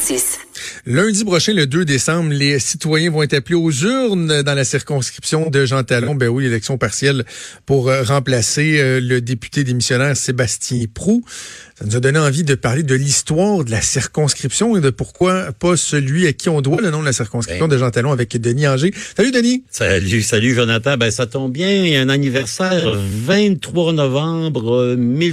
96.9. Lundi prochain, le 2 décembre, les citoyens vont être appelés aux urnes dans la circonscription de Jean Talon. Ben oui, élection partielle pour remplacer le député démissionnaire Sébastien Proulx. Ça nous a donné envie de parler de l'histoire de la circonscription et de pourquoi pas celui à qui on doit le nom de la circonscription de Jean Talon avec Denis Anger. Salut Denis! Salut Jonathan. Ben ça tombe bien, il y a un anniversaire 23 novembre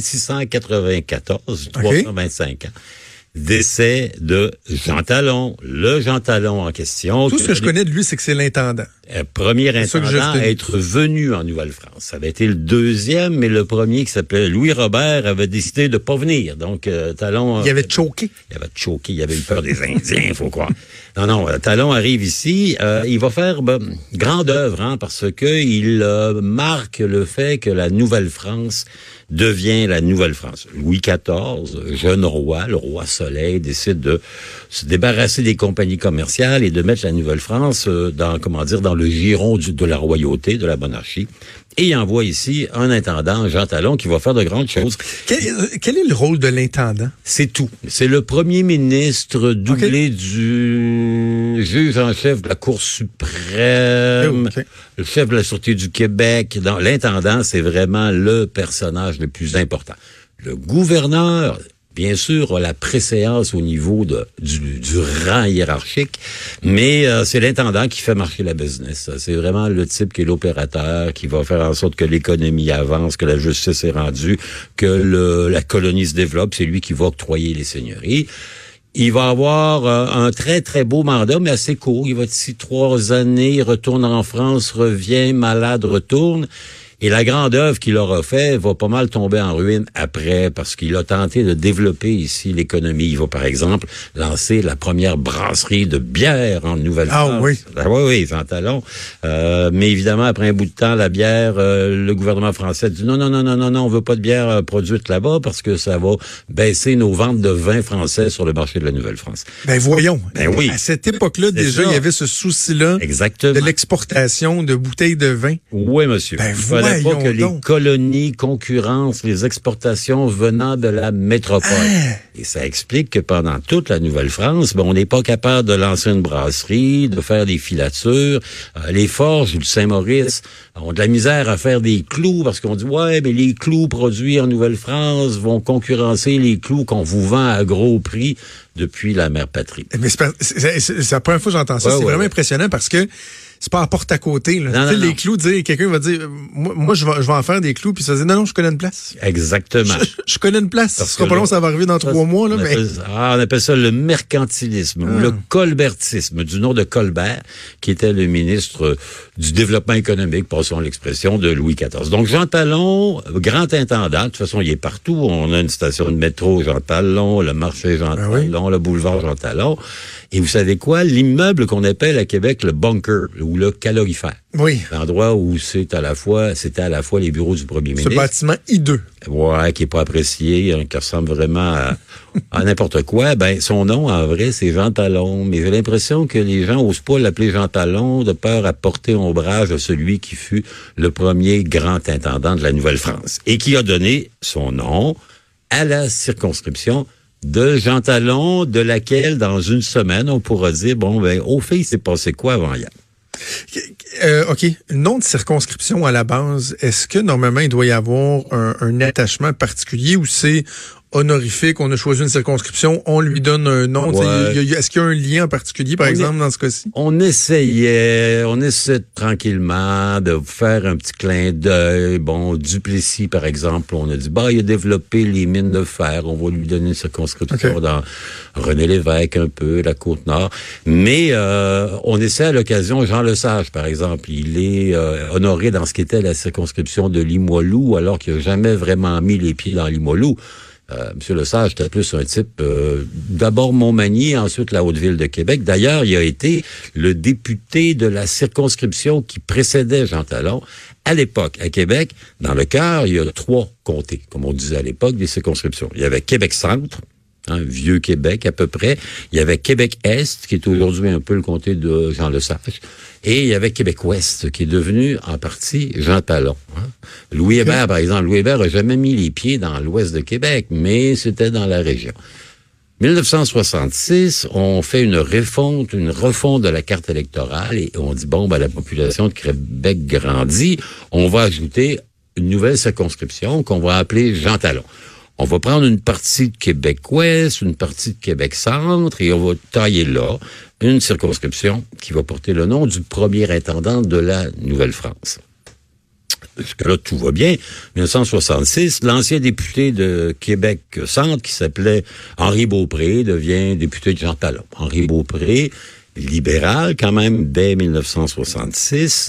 1694, 325 ans. Décès de Jean Talon, le Jean Talon en question. Tout ce que je connais de lui, c'est que c'est l'intendant. Premier intendant à être venu en Nouvelle-France. Ça avait été le deuxième, mais le premier qui s'appelait Louis Robert avait décidé de pas venir. Donc, Talon... Il avait choqué. Il avait eu peur des Indiens, il faut croire. Non, Talon arrive ici. Il va faire grande œuvre, parce que il marque le fait que la Nouvelle-France devient la Nouvelle-France. Louis XIV, jeune roi, le roi Soleil, décide de se débarrasser des compagnies commerciales et de mettre la Nouvelle-France dans le giron de la royauté, de la monarchie. Et il envoie ici un intendant, Jean Talon, qui va faire de grandes choses. Quel est le rôle de l'intendant? C'est tout. C'est le premier ministre doublé du juge en chef de la Cour suprême, le chef de la Sûreté du Québec. L'intendant, c'est vraiment le personnage le plus important. Le gouverneur, bien sûr, a la préséance au niveau du rang hiérarchique, mais c'est l'intendant qui fait marcher la business. C'est vraiment le type qui est l'opérateur, qui va faire en sorte que l'économie avance, que la justice est rendue, que la colonie se développe. C'est lui qui va octroyer les seigneuries. Il va avoir un très, très beau mandat, mais assez court. Il va être ici 3 années, retourne en France, revient, malade, retourne. Et la grande œuvre qu'il aura fait va pas mal tomber en ruine après, parce qu'il a tenté de développer ici l'économie. Il va, par exemple, lancer la première brasserie de bière en Nouvelle-France. Ah oui? Oui, Jean Talon. Mais évidemment, après un bout de temps, la bière, le gouvernement français dit non, on veut pas de bière produite là-bas parce que ça va baisser nos ventes de vin français sur le marché de la Nouvelle-France. Ben voyons. Ben oui. À cette époque-là, déjà, il y avait ce souci-là. Exactement. De l'exportation de bouteilles de vin. Oui, monsieur. Ben pas que les colonies concurrencent les exportations venant de la métropole. Et ça explique que pendant toute la Nouvelle-France, on n'est pas capable de lancer une brasserie, de faire des filatures. Les forges du Saint-Maurice ont de la misère à faire des clous parce qu'on dit, mais les clous produits en Nouvelle-France vont concurrencer les clous qu'on vous vend à gros prix depuis la mère patrie. Mais c'est la première fois que j'entends ça. C'est vraiment impressionnant parce que c'est pas à porte à côté. Là. Non. Les clous, quelqu'un va dire, moi je vais en faire des clous, puis ça dit, non, je connais une place. Exactement. Je connais une place. Ce sera pas long, ça va arriver dans 3 mois. Là, on appelle ça le mercantilisme ou le colbertisme, du nom de Colbert, qui était le ministre du développement économique, passons l'expression, de Louis XIV. Donc, Jean Talon, grand intendant, de toute façon, il est partout. On a une station de métro Jean Talon, le marché Jean Talon, le boulevard Jean Talon. Et vous savez quoi? L'immeuble qu'on appelle à Québec le bunker ou le calorifère. Oui. L'endroit où c'était à la fois les bureaux du premier ministre. Ce bâtiment hideux. Ouais, qui est pas apprécié, qui ressemble vraiment à n'importe quoi. Son nom, en vrai, c'est Jean Talon. Mais j'ai l'impression que les gens osent pas l'appeler Jean Talon de peur à porter ombrage à celui qui fut le premier grand intendant de la Nouvelle-France. Et qui a donné son nom à la circonscription de Jean Talon, de laquelle, dans une semaine, on pourra dire, au fait, il s'est passé quoi avant hier? OK. Nom de circonscription à la base, est-ce que, normalement, il doit y avoir un attachement particulier ou c'est honorifique, on a choisi une circonscription, on lui donne un nom. Ouais. Est-ce qu'il y a un lien en particulier, par exemple, dans ce cas-ci? On essayait tranquillement de faire un petit clin d'œil. Duplessis, par exemple, on a dit, il a développé les mines de fer, on va lui donner une circonscription dans René Lévesque un peu, la Côte-Nord. Mais on essaie à l'occasion, Jean Lesage, par exemple, il est honoré dans ce qui était la circonscription de Limoilou, alors qu'il n'a jamais vraiment mis les pieds dans Limoilou. Monsieur Lesage était plus un type, d'abord Montmagny, ensuite la Haute-Ville de Québec. D'ailleurs, il a été le député de la circonscription qui précédait Jean Talon. À l'époque, à Québec, dans le cœur, il y a 3 comtés, comme on disait à l'époque, des circonscriptions. Il y avait Québec-Centre, vieux Québec à peu près. Il y avait Québec-Est, qui est aujourd'hui un peu le comté de Jean Lesage. Et il y avait Québec-Ouest, qui est devenu en partie Jean Talon. Louis Hébert, par exemple. Louis Hébert n'a jamais mis les pieds dans l'ouest de Québec, mais c'était dans la région. 1966, on fait une refonte de la carte électorale et on dit, la population de Québec grandit, on va ajouter une nouvelle circonscription qu'on va appeler Jean Talon. On va prendre une partie de Québec-Ouest, une partie de Québec-Centre et on va tailler là une circonscription qui va porter le nom du premier intendant de la Nouvelle-France. Jusque-là, tout va bien. 1966, l'ancien député de Québec-Centre, qui s'appelait Henri Beaupré, devient député de Jean Talon. Henri Beaupré, libéral quand même, dès 1966,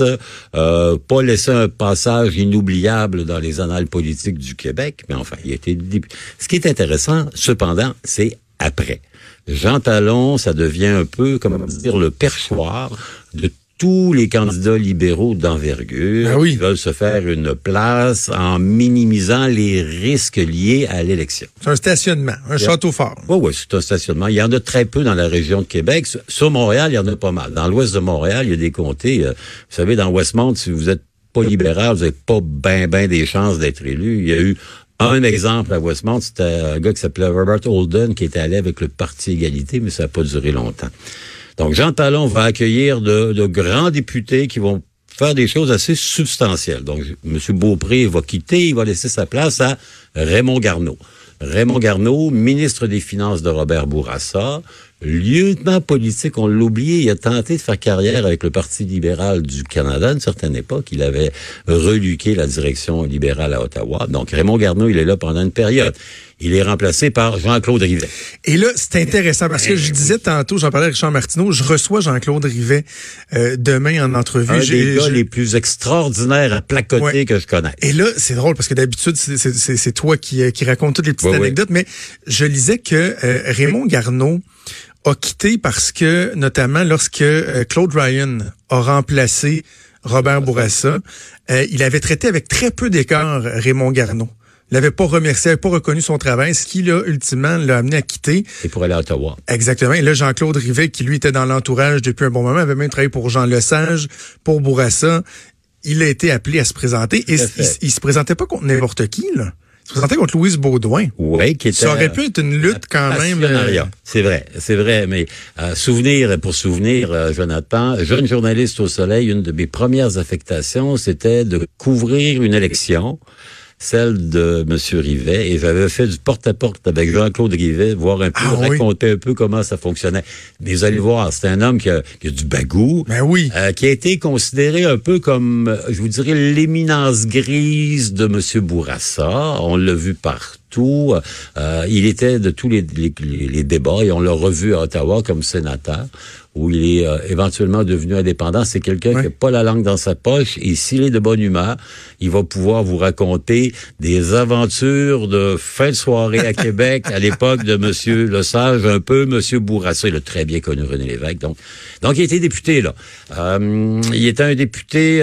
pas laissé un passage inoubliable dans les annales politiques du Québec, mais enfin, il a été député. Ce qui est intéressant, cependant, c'est après. Jean Talon, ça devient un peu, le perchoir de tous les candidats libéraux d'envergure qui veulent se faire une place en minimisant les risques liés à l'élection. C'est un stationnement, un château fort. Oui, c'est un stationnement. Il y en a très peu dans la région de Québec. Sur Montréal, il y en a pas mal. Dans l'ouest de Montréal, il y a des comtés. Vous savez, dans Westmount, si vous êtes pas libéral, vous n'avez pas ben des chances d'être élu. Il y a eu un exemple à Westmount, c'était un gars qui s'appelait Robert Holden, qui était allé avec le Parti Égalité, mais ça n'a pas duré longtemps. Donc, Jean Talon va accueillir de grands députés qui vont faire des choses assez substantielles. Donc, M. Beaupré va quitter, il va laisser sa place à Raymond Garneau. Raymond Garneau, ministre des Finances de Robert Bourassa, lieutenant politique, on l'a oublié, il a tenté de faire carrière avec le Parti libéral du Canada à une certaine époque. Il avait reluqué la direction libérale à Ottawa. Donc, Raymond Garneau, il est là pendant une période. Il est remplacé par Jean-Claude Rivet. Et là, c'est intéressant parce que je disais tantôt, j'en parlais avec Richard Martineau, je reçois Jean-Claude Rivet demain en entrevue. Un des gars les plus extraordinaires à placoter que je connais. Et là, c'est drôle parce que d'habitude, c'est toi qui raconte toutes les petites anecdotes, mais je lisais que Raymond Garneau a quitté parce que, notamment, lorsque Claude Ryan a remplacé Robert Bourassa, il avait traité avec très peu d'écart Raymond Garneau. Il n'avait pas remercié, il n'avait pas reconnu son travail, ce qui, là, ultimement, l'a amené à quitter. Et pour aller à Ottawa. Exactement. Et là, Jean-Claude Rivet, qui, lui, était dans l'entourage depuis un bon moment, avait même travaillé pour Jean Lesage, pour Bourassa. Il a été appelé à se présenter. Et il se présentait pas contre n'importe qui, là. Il se présentait contre Louise Baudouin. Oui, qui était... Ça aurait pu être une lutte quand même. C'est vrai. Mais souvenir, Jonathan, jeune journaliste au Soleil, une de mes premières affectations, c'était de couvrir une élection, celle de M. Rivet, et j'avais fait du porte-à-porte avec Jean-Claude Rivet, voir un peu, raconter un peu comment ça fonctionnait. Mais vous allez voir, c'est un homme qui a du bagou, qui a été considéré un peu comme, je vous dirais, l'éminence grise de M. Bourassa. On l'a vu partout. Il était de tous les débats, et on l'a revu à Ottawa comme sénateur, où il est éventuellement devenu indépendant. C'est quelqu'un qui n'a pas la langue dans sa poche, et s'il est de bonne humeur, il va pouvoir vous raconter des aventures de fin de soirée à Québec à l'époque de M. Lesage, un peu M. Bourassa. Il a très bien connu René Lévesque. Donc il était député, là. Il était un député,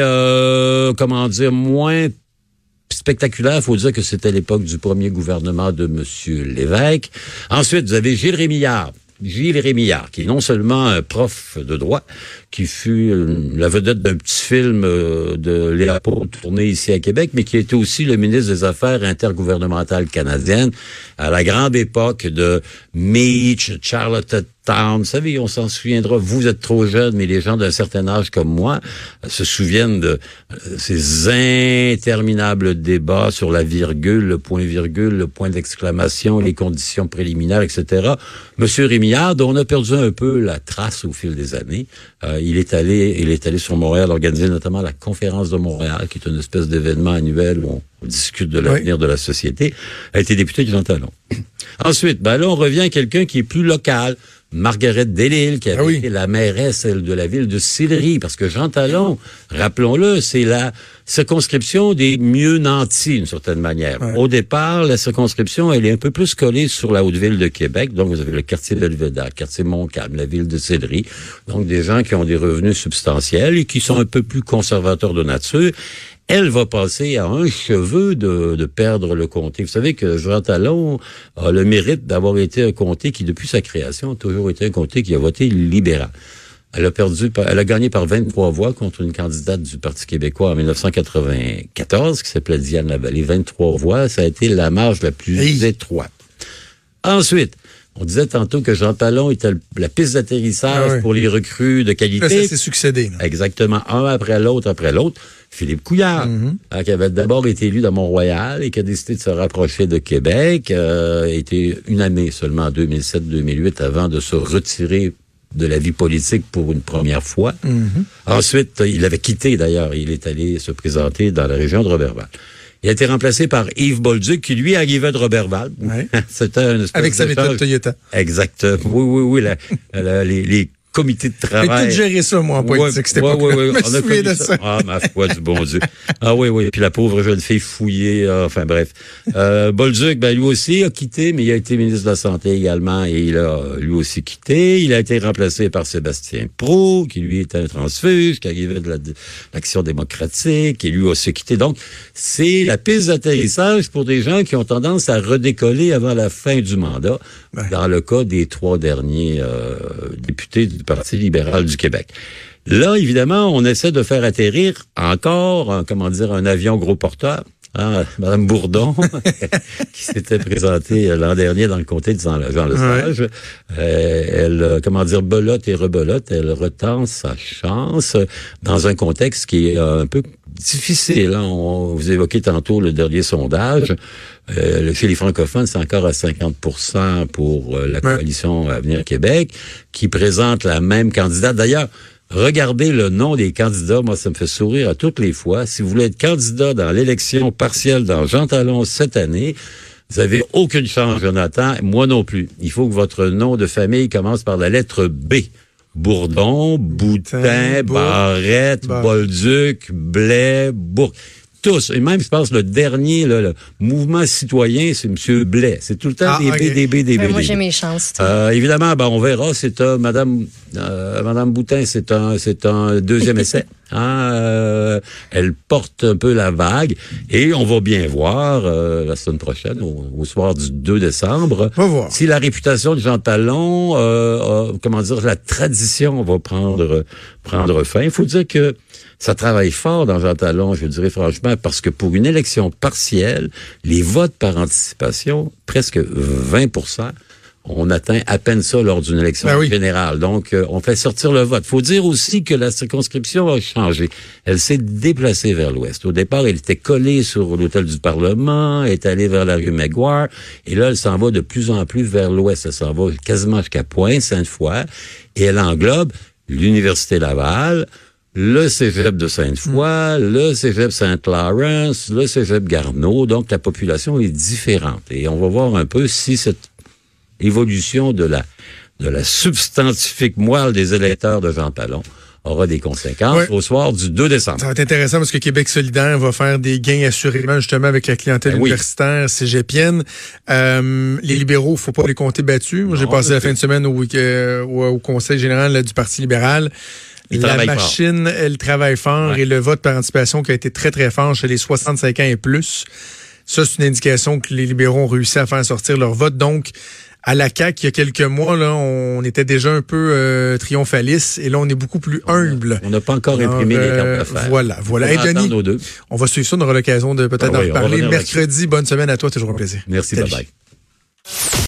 moins spectaculaire. Il faut dire que c'était l'époque du premier gouvernement de M. Lévesque. Ensuite, vous avez Gilles Rémillard, qui est non seulement un prof de droit, qui fut la vedette d'un petit film de Léopold tourné ici à Québec, mais qui était aussi le ministre des Affaires intergouvernementales canadiennes à la grande époque de Meach, Charlottetown. Vous savez, on s'en souviendra. Vous êtes trop jeune, mais les gens d'un certain âge comme moi se souviennent de ces interminables débats sur la virgule, le point-virgule, le point d'exclamation, les conditions préliminaires, etc. Monsieur Rémillard, dont on a perdu un peu la trace au fil des années, il est allé sur Montréal organiser notamment la conférence de Montréal, qui est une espèce d'événement annuel où on discute de l'avenir de la société, a été député de Jean Talon. Ensuite, là, on revient à quelqu'un qui est plus local, Marguerite Delisle, qui avait été la mairesse de la ville de Sillery, parce que Jean Talon, rappelons-le, c'est la circonscription des mieux nantis, d'une certaine manière. Au départ, la circonscription, elle est un peu plus collée sur la Haute-Ville de Québec, donc vous avez le quartier de Belvédère, le quartier Montcalm, la ville de Sillery, donc des gens qui ont des revenus substantiels et qui sont un peu plus conservateurs de nature. Elle va passer à un cheveu de perdre le comté. Vous savez que Jean Talon a le mérite d'avoir été un comté qui, depuis sa création, a toujours été un comté qui a voté libéral. Elle a gagné par 23 voix contre une candidate du Parti québécois en 1994, qui s'appelait Diane Lavallée. 23 voix, ça a été la marge la plus étroite. Ensuite, On disait tantôt que Jean Talon était la piste d'atterrissage pour les recrues de qualité. Là, ça s'est succédé. Là. Exactement, un après l'autre. Philippe Couillard, qui avait d'abord été élu dans Mont-Royal et qui a décidé de se rapprocher de Québec, était une année seulement en 2007-2008 avant de se retirer de la vie politique pour une première fois. Ensuite, il avait quitté d'ailleurs, il est allé se présenter dans la région de Roberval. Il a été remplacé par Yves Bolduc, qui lui arrivait de Roberval. Ouais. C'était une espèce avec sa méthode Toyota. Exactement. Oui. Les comités de travail. J'ai tout géré ça, moi, en politique, c'était pas Oui. Je me souviens de ça. Ah, ma foi du bon Dieu. Ah oui. Puis la pauvre jeune fille fouillée, enfin bref. Bolduc, lui aussi a quitté, mais il a été ministre de la Santé également, et il a lui aussi quitté. Il a été remplacé par Sébastien Proulx, qui lui était un transfuge, qui arrivait de l'Action démocratique, et lui aussi quitté. Donc, c'est la piste d'atterrissage pour des gens qui ont tendance à redécoller avant la fin du mandat, dans le cas des 3 derniers députés du Parti libéral du Québec. Là, évidemment, on essaie de faire atterrir encore, un avion gros porteur. Madame Bourdon, qui s'était présentée l'an dernier dans le comté de Jean-Lesage. Elle, belote et rebelote, elle retente sa chance dans un contexte qui est un peu difficile. Vous évoquez tantôt le dernier sondage. Chez les francophones, c'est encore à 50% pour la coalition Avenir Québec, qui présente la même candidate. D'ailleurs, regardez le nom des candidats. Moi, ça me fait sourire à toutes les fois. Si vous voulez être candidat dans l'élection partielle dans Jean Talon cette année, vous avez aucune chance, Jonathan. Moi non plus. Il faut que votre nom de famille commence par la lettre B. Bourdon, Boutin, Barrette, Bolduc, Blais, Bourque. Tous. Et même, je pense, le dernier, le mouvement citoyen, c'est M. Blais. C'est tout le temps des B. Moi, j'ai mes chances. Évidemment, on verra. C'est Madame Boutin, c'est un deuxième essai. Elle porte un peu la vague. Et on va bien voir, la semaine prochaine, au soir du 2 décembre, si la réputation de Jean Talon, la tradition va prendre fin. Il faut dire que ça travaille fort dans Jean Talon, je dirais franchement, parce que pour une élection partielle, les votes par anticipation, presque 20%, on atteint à peine ça lors d'une élection générale. Donc, on fait sortir le vote. Faut dire aussi que la circonscription a changé. Elle s'est déplacée vers l'ouest. Au départ, elle était collée sur l'hôtel du Parlement, elle est allée vers la rue Maguire, et là, elle s'en va de plus en plus vers l'ouest. Elle s'en va quasiment jusqu'à Pointe-Sainte-Foy, et elle englobe l'Université Laval, le cégep de Sainte-Foy, le cégep Saint-Lawrence, le cégep Garneau. Donc, la population est différente. Et on va voir un peu si cette évolution de la substantifique moelle des électeurs de Jean Talon aura des conséquences au soir du 2 décembre. Ça va être intéressant parce que Québec solidaire va faire des gains assurément justement avec la clientèle universitaire cégepienne. Les libéraux, faut pas les compter battus. Moi, j'ai passé la fin de semaine au Conseil général du Parti libéral. La machine, elle travaille fort et le vote par anticipation qui a été très, très fort chez les 65 ans et plus. Ça, c'est une indication que les libéraux ont réussi à faire sortir leur vote. Donc, à la CAQ, il y a quelques mois, là, on était déjà un peu triomphaliste et là, on est beaucoup plus humble. On n'a pas encore imprimé les cartes d'affaires. Voilà. Hey, Denis, on va suivre ça, on aura l'occasion de peut-être en reparler mercredi. Bonne semaine à toi, toujours un plaisir. Merci, bye-bye.